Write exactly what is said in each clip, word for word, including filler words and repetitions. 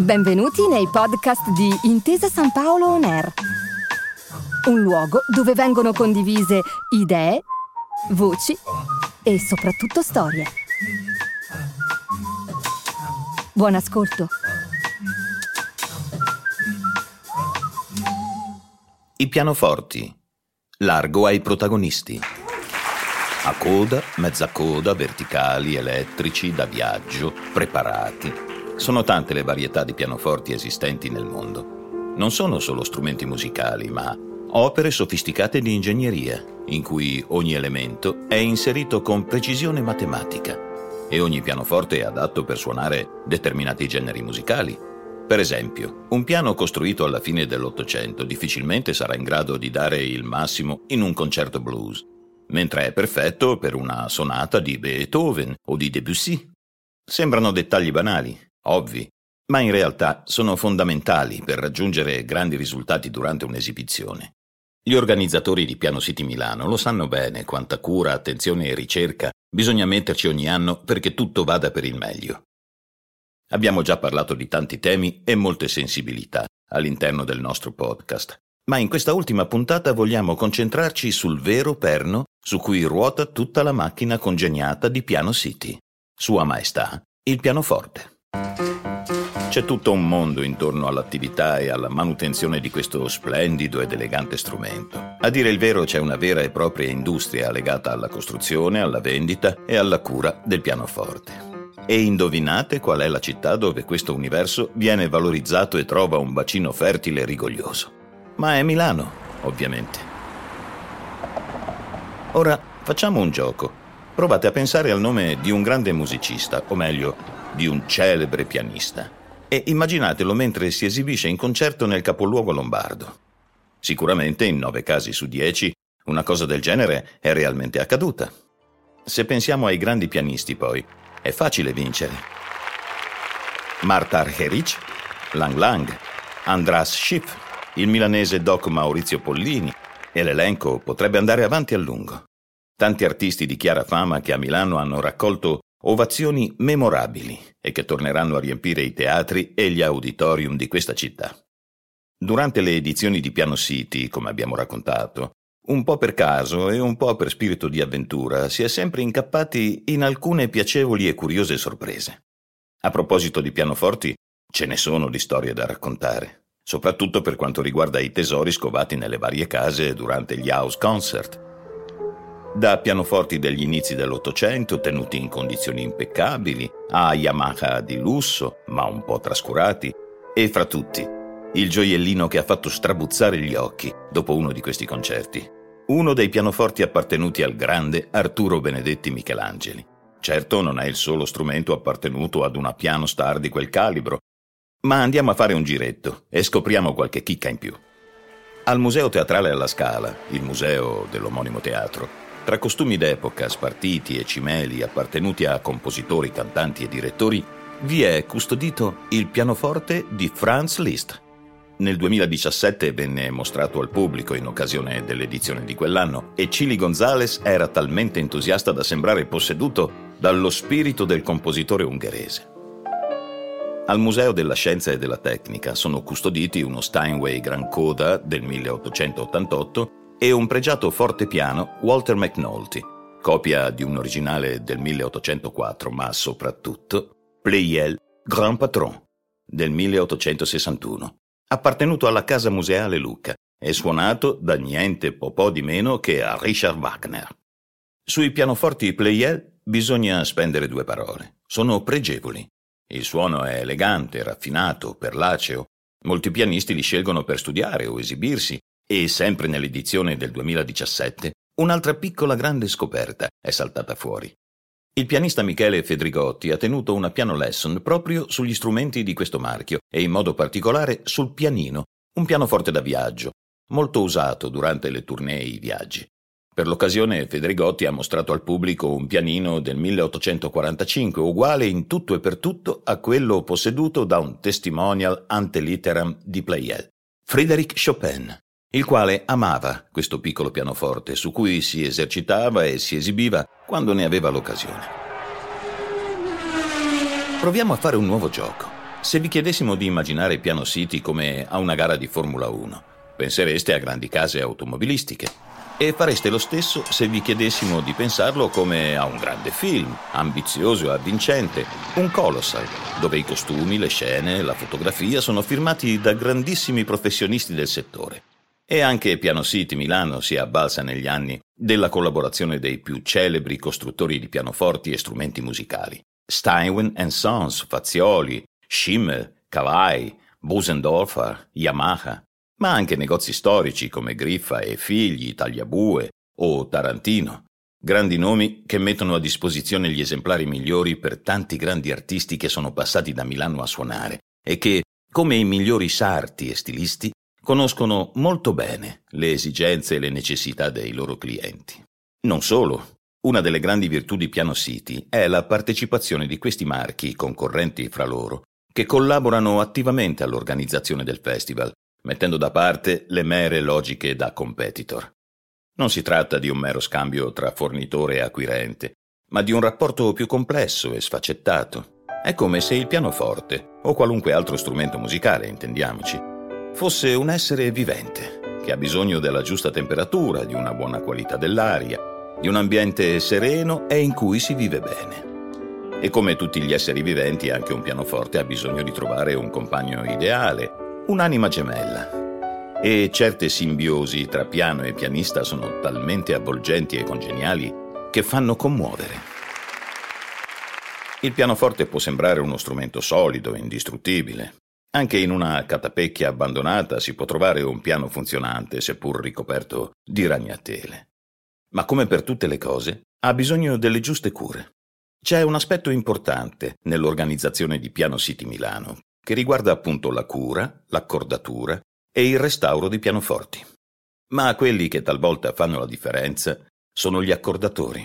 Benvenuti nei podcast di Intesa San Paolo On Air, un luogo dove vengono condivise idee, voci e soprattutto storie. Buon ascolto. I pianoforti. Largo ai protagonisti. A coda, mezza coda, verticali, elettrici, da viaggio, preparati. Sono tante le varietà di pianoforti esistenti nel mondo. Non sono solo strumenti musicali, ma opere sofisticate di ingegneria, in cui ogni elemento è inserito con precisione matematica e ogni pianoforte è adatto per suonare determinati generi musicali. Per esempio, un piano costruito alla fine dell'Ottocento difficilmente sarà in grado di dare il massimo in un concerto blues, mentre è perfetto per una sonata di Beethoven o di Debussy. Sembrano dettagli banali, ovvi, ma in realtà sono fondamentali per raggiungere grandi risultati durante un'esibizione. Gli organizzatori di Piano City Milano lo sanno bene quanta cura, attenzione e ricerca bisogna metterci ogni anno perché tutto vada per il meglio. Abbiamo già parlato di tanti temi e molte sensibilità all'interno del nostro podcast, ma in questa ultima puntata vogliamo concentrarci sul vero perno su cui ruota tutta la macchina congegnata di Piano City, Sua Maestà, il pianoforte. C'è tutto un mondo intorno all'attività e alla manutenzione di questo splendido ed elegante strumento. A dire il vero, c'è una vera e propria industria legata alla costruzione, alla vendita e alla cura del pianoforte. E indovinate qual è la città dove questo universo viene valorizzato e trova un bacino fertile e rigoglioso? Ma è Milano, ovviamente. Ora facciamo un gioco. Provate a pensare al nome di un grande musicista, o meglio, di un celebre pianista, e immaginatelo mentre si esibisce in concerto nel capoluogo lombardo. Sicuramente in nove casi su dieci una cosa del genere è realmente accaduta. Se pensiamo ai grandi pianisti, poi, è facile vincere. Marta Argerich, Lang Lang, András Schiff, il milanese doc Maurizio Pollini, e l'elenco potrebbe andare avanti a lungo. Tanti artisti di chiara fama che a Milano hanno raccolto ovazioni memorabili e che torneranno a riempire i teatri e gli auditorium di questa città. Durante le edizioni di Piano City, come abbiamo raccontato, un po' per caso e un po' per spirito di avventura, si è sempre incappati in alcune piacevoli e curiose sorprese. A proposito di pianoforti, ce ne sono di storie da raccontare, soprattutto per quanto riguarda i tesori scovati nelle varie case durante gli house concert. Da pianoforti degli inizi dell'Ottocento, tenuti in condizioni impeccabili, a Yamaha di lusso, ma un po' trascurati, e fra tutti, il gioiellino che ha fatto strabuzzare gli occhi dopo uno di questi concerti. Uno dei pianoforti appartenuti al grande Arturo Benedetti Michelangeli. Certo, non è il solo strumento appartenuto ad una piano star di quel calibro, ma andiamo a fare un giretto e scopriamo qualche chicca in più. Al Museo Teatrale alla Scala, il museo dell'omonimo teatro, tra costumi d'epoca, spartiti e cimeli appartenuti a compositori, cantanti e direttori, vi è custodito il pianoforte di Franz Liszt. Nel duemiladiciassette venne mostrato al pubblico in occasione dell'edizione di quell'anno e Chili González era talmente entusiasta da sembrare posseduto dallo spirito del compositore ungherese. Al Museo della Scienza e della Tecnica sono custoditi uno Steinway Gran Coda del milleottocentottantotto e un pregiato fortepiano Walter McNulty, copia di un originale del milleottocentoquattro, ma soprattutto Pleyel Grand Patron del milleottocentosessantuno, appartenuto alla Casa Museale Lucca e suonato da niente po' po' di meno che a Richard Wagner. Sui pianoforti Pleyel bisogna spendere due parole. Sono pregevoli. Il suono è elegante, raffinato, perlaceo. Molti pianisti li scelgono per studiare o esibirsi. E sempre nell'edizione del duemiladiciassette, un'altra piccola grande scoperta è saltata fuori. Il pianista Michele Fedrigotti ha tenuto una piano lesson proprio sugli strumenti di questo marchio e in modo particolare sul pianino, un pianoforte da viaggio, molto usato durante le tournée e i viaggi. Per l'occasione Fedrigotti ha mostrato al pubblico un pianino del milleottocentoquarantacinque, uguale in tutto e per tutto a quello posseduto da un testimonial ante litteram di Pleyel, Frédéric Chopin, il quale amava questo piccolo pianoforte su cui si esercitava e si esibiva quando ne aveva l'occasione. Proviamo a fare un nuovo gioco. Se vi chiedessimo di immaginare Piano City come a una gara di Formula uno, pensereste a grandi case automobilistiche. E fareste lo stesso se vi chiedessimo di pensarlo come a un grande film, ambizioso e avvincente, un colossal, dove i costumi, le scene, la fotografia sono firmati da grandissimi professionisti del settore. E anche Piano City Milano si è avvalsa negli anni della collaborazione dei più celebri costruttori di pianoforti e strumenti musicali. Steinway and Sons, Fazioli, Schimmel, Kawai, Bosendorfer, Yamaha, ma anche negozi storici come Griffa e Figli, Tagliabue o Tarantino. Grandi nomi che mettono a disposizione gli esemplari migliori per tanti grandi artisti che sono passati da Milano a suonare e che, come i migliori sarti e stilisti, conoscono molto bene le esigenze e le necessità dei loro clienti. Non solo. Una delle grandi virtù di Piano City è la partecipazione di questi marchi, concorrenti fra loro, che collaborano attivamente all'organizzazione del festival, mettendo da parte le mere logiche da competitor. Non si tratta di un mero scambio tra fornitore e acquirente, ma di un rapporto più complesso e sfaccettato. È come se il pianoforte, o qualunque altro strumento musicale, intendiamoci, fosse un essere vivente, che ha bisogno della giusta temperatura, di una buona qualità dell'aria, di un ambiente sereno e in cui si vive bene. E come tutti gli esseri viventi, anche un pianoforte ha bisogno di trovare un compagno ideale, un'anima gemella. E certe simbiosi tra piano e pianista sono talmente avvolgenti e congeniali che fanno commuovere. Il pianoforte può sembrare uno strumento solido e indistruttibile. Anche in una catapecchia abbandonata si può trovare un piano funzionante, seppur ricoperto di ragnatele. Ma come per tutte le cose, ha bisogno delle giuste cure. C'è un aspetto importante nell'organizzazione di Piano City Milano, che riguarda appunto la cura, l'accordatura e il restauro di pianoforti. Ma quelli che talvolta fanno la differenza sono gli accordatori.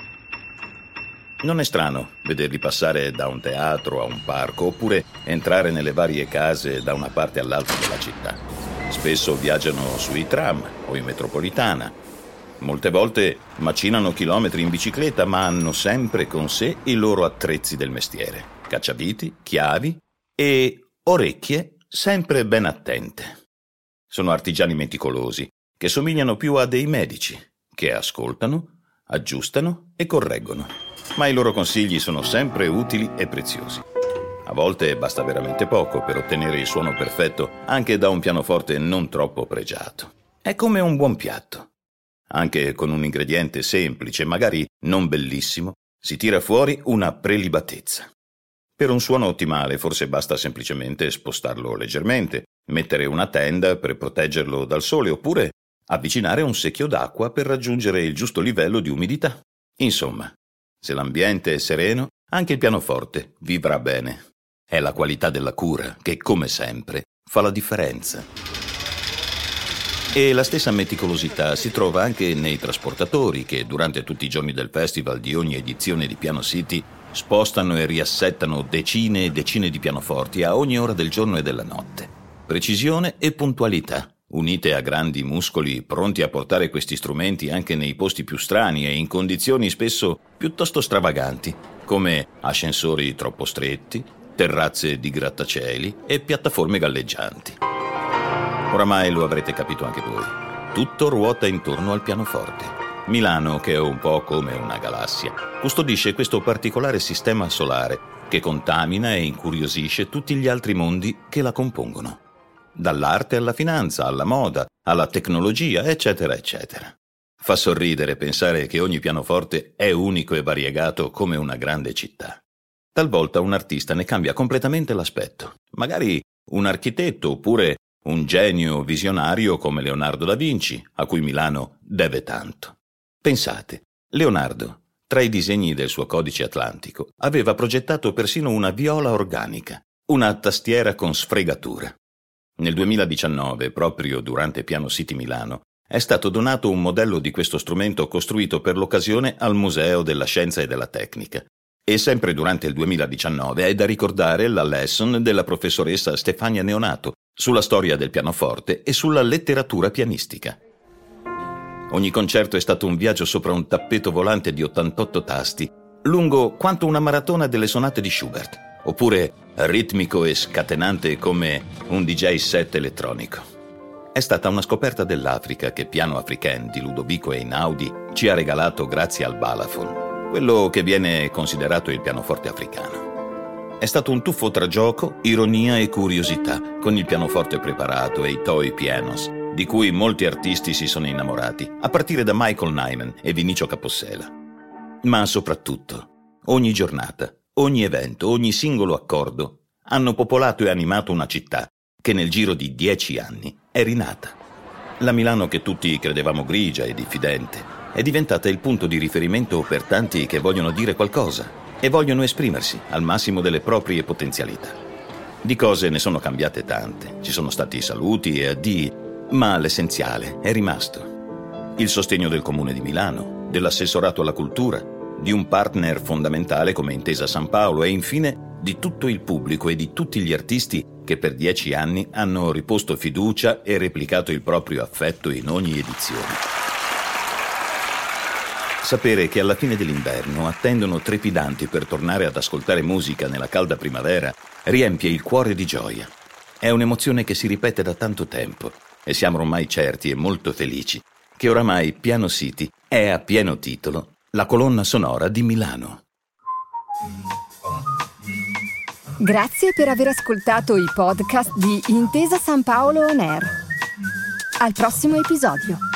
Non è strano vederli passare da un teatro a un parco oppure entrare nelle varie case da una parte all'altra della città. Spesso viaggiano sui tram o in metropolitana. Molte volte macinano chilometri in bicicletta, ma hanno sempre con sé i loro attrezzi del mestiere: cacciaviti, chiavi e orecchie sempre ben attente. Sono artigiani meticolosi che somigliano più a dei medici che ascoltano, aggiustano e correggono, ma i loro consigli sono sempre utili e preziosi. A volte basta veramente poco per ottenere il suono perfetto anche da un pianoforte non troppo pregiato. È come un buon piatto. Anche con un ingrediente semplice, magari non bellissimo, si tira fuori una prelibatezza. Per un suono ottimale forse basta semplicemente spostarlo leggermente, mettere una tenda per proteggerlo dal sole oppure avvicinare un secchio d'acqua per raggiungere il giusto livello di umidità. Insomma, se l'ambiente è sereno, anche il pianoforte vivrà bene. È la qualità della cura che, come sempre, fa la differenza. E la stessa meticolosità si trova anche nei trasportatori che, durante tutti i giorni del festival di ogni edizione di Piano City, spostano e riassettano decine e decine di pianoforti a ogni ora del giorno e della notte. Precisione e puntualità, unite a grandi muscoli pronti a portare questi strumenti anche nei posti più strani e in condizioni spesso piuttosto stravaganti, come ascensori troppo stretti, terrazze di grattacieli e piattaforme galleggianti. Oramai lo avrete capito anche voi. Tutto ruota intorno al pianoforte. Milano, che è un po' come una galassia, custodisce questo particolare sistema solare che contamina e incuriosisce tutti gli altri mondi che la compongono. Dall'arte alla finanza, alla moda, alla tecnologia, eccetera, eccetera. Fa sorridere pensare che ogni pianoforte è unico e variegato come una grande città. Talvolta un artista ne cambia completamente l'aspetto. Magari un architetto oppure un genio visionario come Leonardo da Vinci, a cui Milano deve tanto. Pensate, Leonardo, tra i disegni del suo codice atlantico, aveva progettato persino una viola organica, una tastiera con sfregatura. Nel duemiladiciannove, proprio durante Piano City Milano, è stato donato un modello di questo strumento costruito per l'occasione al Museo della Scienza e della Tecnica. E sempre durante il duemiladiciannove è da ricordare la lesson della professoressa Stefania Neonato sulla storia del pianoforte e sulla letteratura pianistica. Ogni concerto è stato un viaggio sopra un tappeto volante di ottantotto tasti, lungo quanto una maratona delle sonate di Schubert, oppure ritmico e scatenante come un D J set elettronico. È stata una scoperta dell'Africa che Piano Africain di Ludovico Einaudi ci ha regalato grazie al balafon, quello che viene considerato il pianoforte africano. È stato un tuffo tra gioco, ironia e curiosità, con il pianoforte preparato e i toy pianos, di cui molti artisti si sono innamorati, a partire da Michael Nyman e Vinicio Capossela. Ma soprattutto, ogni giornata, ogni evento, ogni singolo accordo hanno popolato e animato una città che nel giro di dieci anni è rinata. La Milano che tutti credevamo grigia e diffidente è diventata il punto di riferimento per tanti che vogliono dire qualcosa e vogliono esprimersi al massimo delle proprie potenzialità. Di cose ne sono cambiate tante, ci sono stati saluti e addii, ma l'essenziale è rimasto. Il sostegno del Comune di Milano, dell'assessorato alla cultura, di un partner fondamentale come Intesa San Paolo e infine di tutto il pubblico e di tutti gli artisti che per dieci anni hanno riposto fiducia e replicato il proprio affetto in ogni edizione. Sapere che alla fine dell'inverno attendono trepidanti per tornare ad ascoltare musica nella calda primavera riempie il cuore di gioia. È un'emozione che si ripete da tanto tempo e siamo ormai certi e molto felici che oramai Piano City è a pieno titolo la colonna sonora di Milano. Grazie per aver ascoltato i podcast di Intesa San Paolo On Air. Al prossimo episodio.